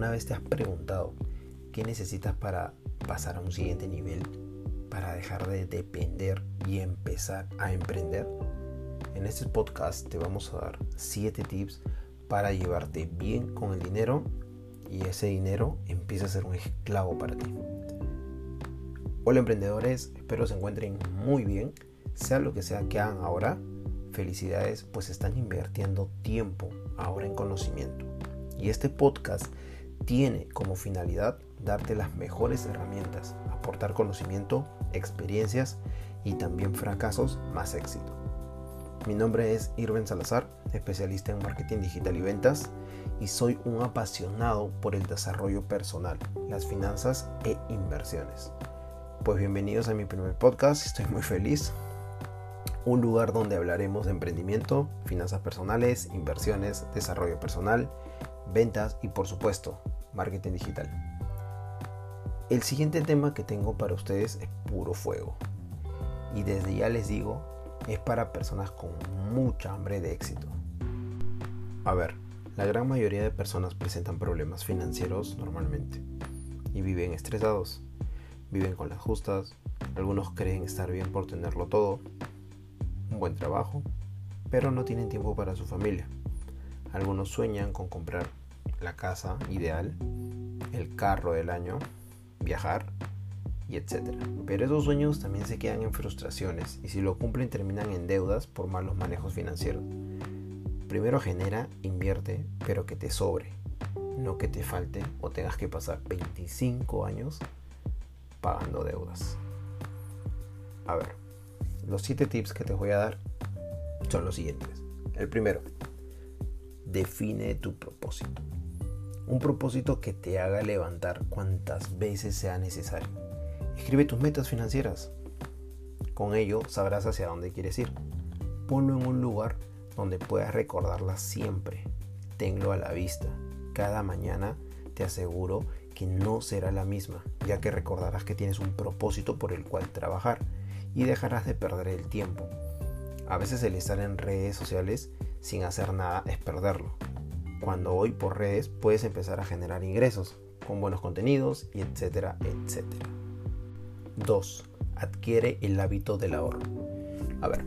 ¿Alguna vez te has preguntado qué necesitas para pasar a un siguiente nivel? Para dejar de depender y empezar a emprender. En este podcast te vamos a dar 7 tips para llevarte bien con el dinero y ese dinero empieza a ser un esclavo para ti. Hola emprendedores, espero se encuentren muy bien, sea lo que sea que hagan ahora. Felicidades, pues están invirtiendo tiempo ahora en conocimiento. Y este podcast tiene como finalidad darte las mejores herramientas, aportar conocimiento, experiencias y también fracasos más éxito. Mi nombre es Irvin Salazar, especialista en marketing digital y ventas, y soy un apasionado por el desarrollo personal, las finanzas e inversiones. Pues bienvenidos a mi primer podcast, estoy muy feliz. Un lugar donde hablaremos de emprendimiento, finanzas personales, inversiones, desarrollo personal, ventas y por supuesto, marketing digital. El siguiente tema que tengo para ustedes es puro fuego. Y desde ya les digo, es para personas con mucha hambre de éxito. A ver, la gran mayoría de personas presentan problemas financieros normalmente y viven estresados, viven con las justas, algunos creen estar bien por tenerlo todo, un buen trabajo, pero no tienen tiempo para su familia. Algunos sueñan con comprar la casa ideal, el carro del año, viajar y etc. Pero esos sueños también se quedan en frustraciones y si lo cumplen terminan en deudas por malos manejos financieros. Primero genera, invierte, pero que te sobre, no que te falte o tengas que pasar 25 años pagando deudas. A ver, los 7 tips que te voy a dar son los siguientes. El primero, define tu propósito. Un propósito que te haga levantar cuantas veces sea necesario. Escribe tus metas financieras. Con ello sabrás hacia dónde quieres ir. Ponlo en un lugar donde puedas recordarlas siempre. Tenlo a la vista. Cada mañana te aseguro que no será la misma, ya que recordarás que tienes un propósito por el cual trabajar y dejarás de perder el tiempo. A veces el estar en redes sociales sin hacer nada es perderlo. Cuando hoy por redes puedes empezar a generar ingresos con buenos contenidos y etcétera, etcétera. 2. Adquiere el hábito del ahorro. A ver,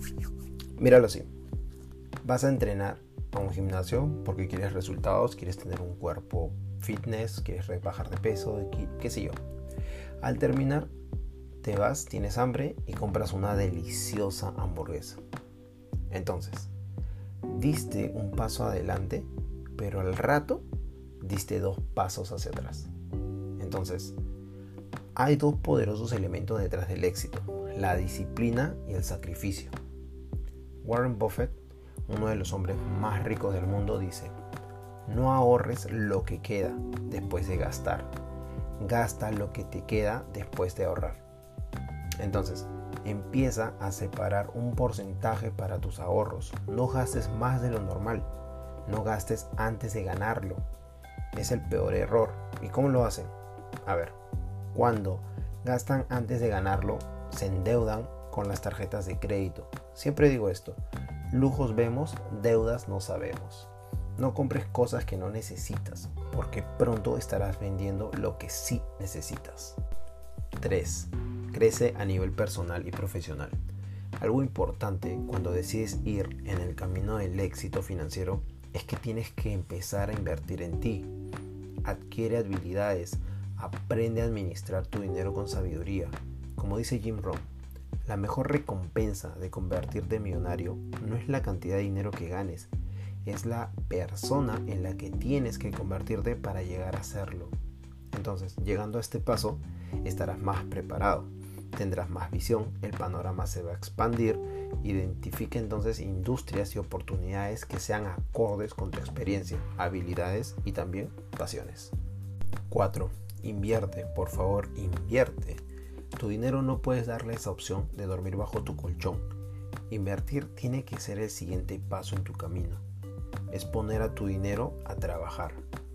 míralo así. Vas a entrenar a un gimnasio porque quieres resultados, quieres tener un cuerpo fitness, quieres bajar de peso, qué sé yo. Al terminar, te vas, tienes hambre y compras una deliciosa hamburguesa. Entonces, diste un paso adelante, pero al rato diste 2 pasos hacia atrás. Entonces, hay 2 poderosos elementos detrás del éxito: la disciplina y el sacrificio. Warren Buffett, uno de los hombres más ricos del mundo, dice: no ahorres lo que queda después de gastar, gasta lo que te queda después de ahorrar. Entonces, empieza a separar un porcentaje para tus ahorros. No gastes más de lo normal. No gastes antes de ganarlo. Es el peor error. ¿Y cómo lo hacen? A ver, cuando gastan antes de ganarlo, se endeudan con las tarjetas de crédito. Siempre digo esto: lujos vemos, deudas no sabemos. No compres cosas que no necesitas, porque pronto estarás vendiendo lo que sí necesitas. 3. Crece a nivel personal y profesional. Algo importante cuando decides ir en el camino del éxito financiero es que tienes que empezar a invertir en ti. Adquiere habilidades, aprende a administrar tu dinero con sabiduría. Como dice Jim Rohn, la mejor recompensa de convertirte en millonario no es la cantidad de dinero que ganes, es la persona en la que tienes que convertirte para llegar a hacerlo. Entonces, llegando a este paso, estarás más preparado, tendrás más visión, el panorama se va a expandir. Identifica entonces industrias y oportunidades que sean acordes con tu experiencia, habilidades y también pasiones. 4. Invierte, por favor, invierte. Tu dinero no puedes darle esa opción de dormir bajo tu colchón. Invertir tiene que ser el siguiente paso en tu camino. Es poner a tu dinero a trabajar.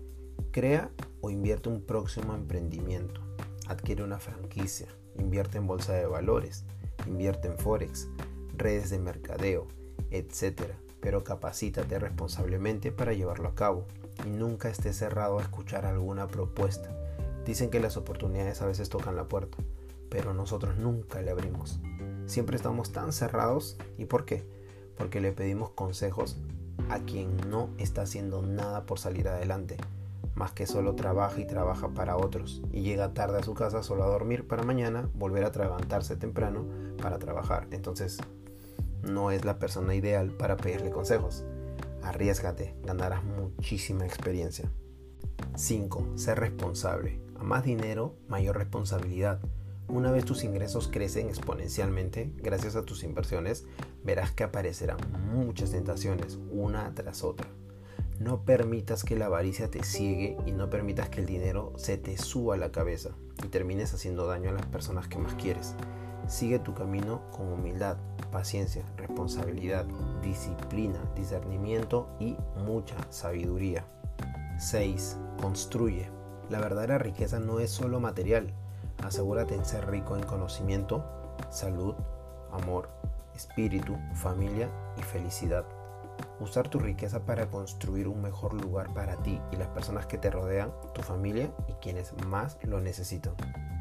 Crea o invierte un próximo emprendimiento. Adquiere una franquicia. Invierte en bolsa de valores. Invierte en forex, redes de mercadeo, etc. pero capacítate responsablemente para llevarlo a cabo y nunca estés cerrado a escuchar alguna propuesta. Dicen que las oportunidades a veces tocan la puerta, pero nosotros nunca le abrimos. Siempre estamos tan cerrados. ¿Y por qué? Porque le pedimos consejos a quien no está haciendo nada por salir adelante, más que solo trabaja y trabaja para otros y llega tarde a su casa solo a dormir para mañana volver a levantarse temprano para trabajar. Entonces no es la persona ideal para pedirle consejos. Arriésgate, ganarás muchísima experiencia. 5. Ser responsable. A más dinero, mayor responsabilidad. Una vez tus ingresos crecen exponencialmente gracias a tus inversiones, verás que aparecerán muchas tentaciones, una tras otra. No permitas que la avaricia te ciegue y no permitas que el dinero se te suba a la cabeza y termines haciendo daño a las personas que más quieres. Sigue tu camino con humildad, paciencia, responsabilidad, disciplina, discernimiento y mucha sabiduría. 6. Construye. La verdadera riqueza no es solo material. Asegúrate en ser rico en conocimiento, salud, amor, espíritu, familia y felicidad. Usar tu riqueza para construir un mejor lugar para ti y las personas que te rodean, tu familia y quienes más lo necesitan.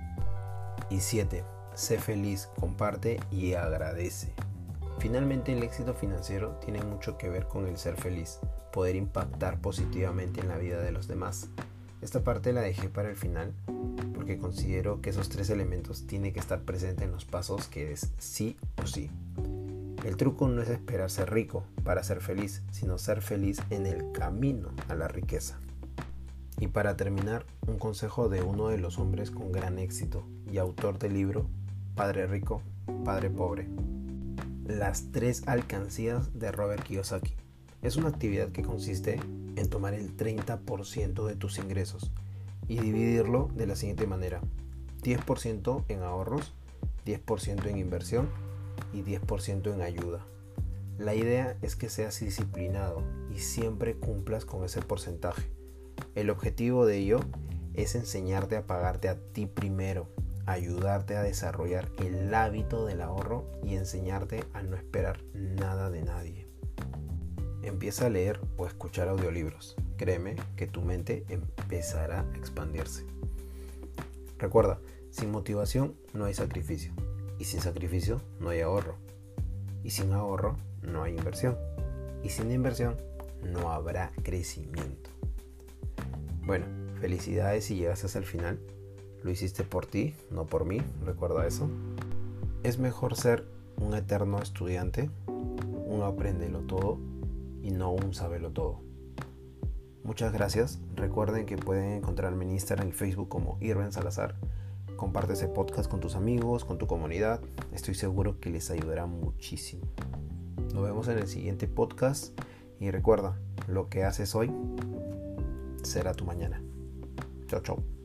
Y 7. Sé feliz, comparte y agradece. Finalmente, el éxito financiero tiene mucho que ver con el ser feliz, poder impactar positivamente en la vida de los demás. Esta parte la dejé para el final porque considero que esos 3 elementos tienen que estar presentes en los pasos, que es sí o sí. El truco no es esperar ser rico para ser feliz, sino ser feliz en el camino a la riqueza. Y para terminar, un consejo de uno de los hombres con gran éxito y autor del libro Padre Rico, Padre Pobre. Las 3 alcancías de Robert Kiyosaki. Es una actividad que consiste en tomar el 30% de tus ingresos y dividirlo de la siguiente manera: 10% en ahorros, 10% en inversión y 10% en ayuda. La idea es que seas disciplinado y siempre cumplas con ese porcentaje. El objetivo de ello es enseñarte a pagarte a ti primero, ayudarte a desarrollar el hábito del ahorro y enseñarte a no esperar nada de nadie. Empieza a leer o escuchar audiolibros. Créeme que tu mente empezará a expandirse. Recuerda, sin motivación no hay sacrificio. Y sin sacrificio no hay ahorro. Y sin ahorro no hay inversión. Y sin inversión no habrá crecimiento. Bueno, felicidades si llegaste hasta el final. Lo hiciste por ti, no por mí. Recuerda eso. Es mejor ser un eterno estudiante, un apréndelo todo y no un sábelo todo. Muchas gracias. Recuerden que pueden encontrarme en Instagram y Facebook como Irvin Salazar. Comparte ese podcast con tus amigos, con tu comunidad. Estoy seguro que les ayudará muchísimo. Nos vemos en el siguiente podcast y recuerda, lo que haces hoy será tu mañana. Chao, chao.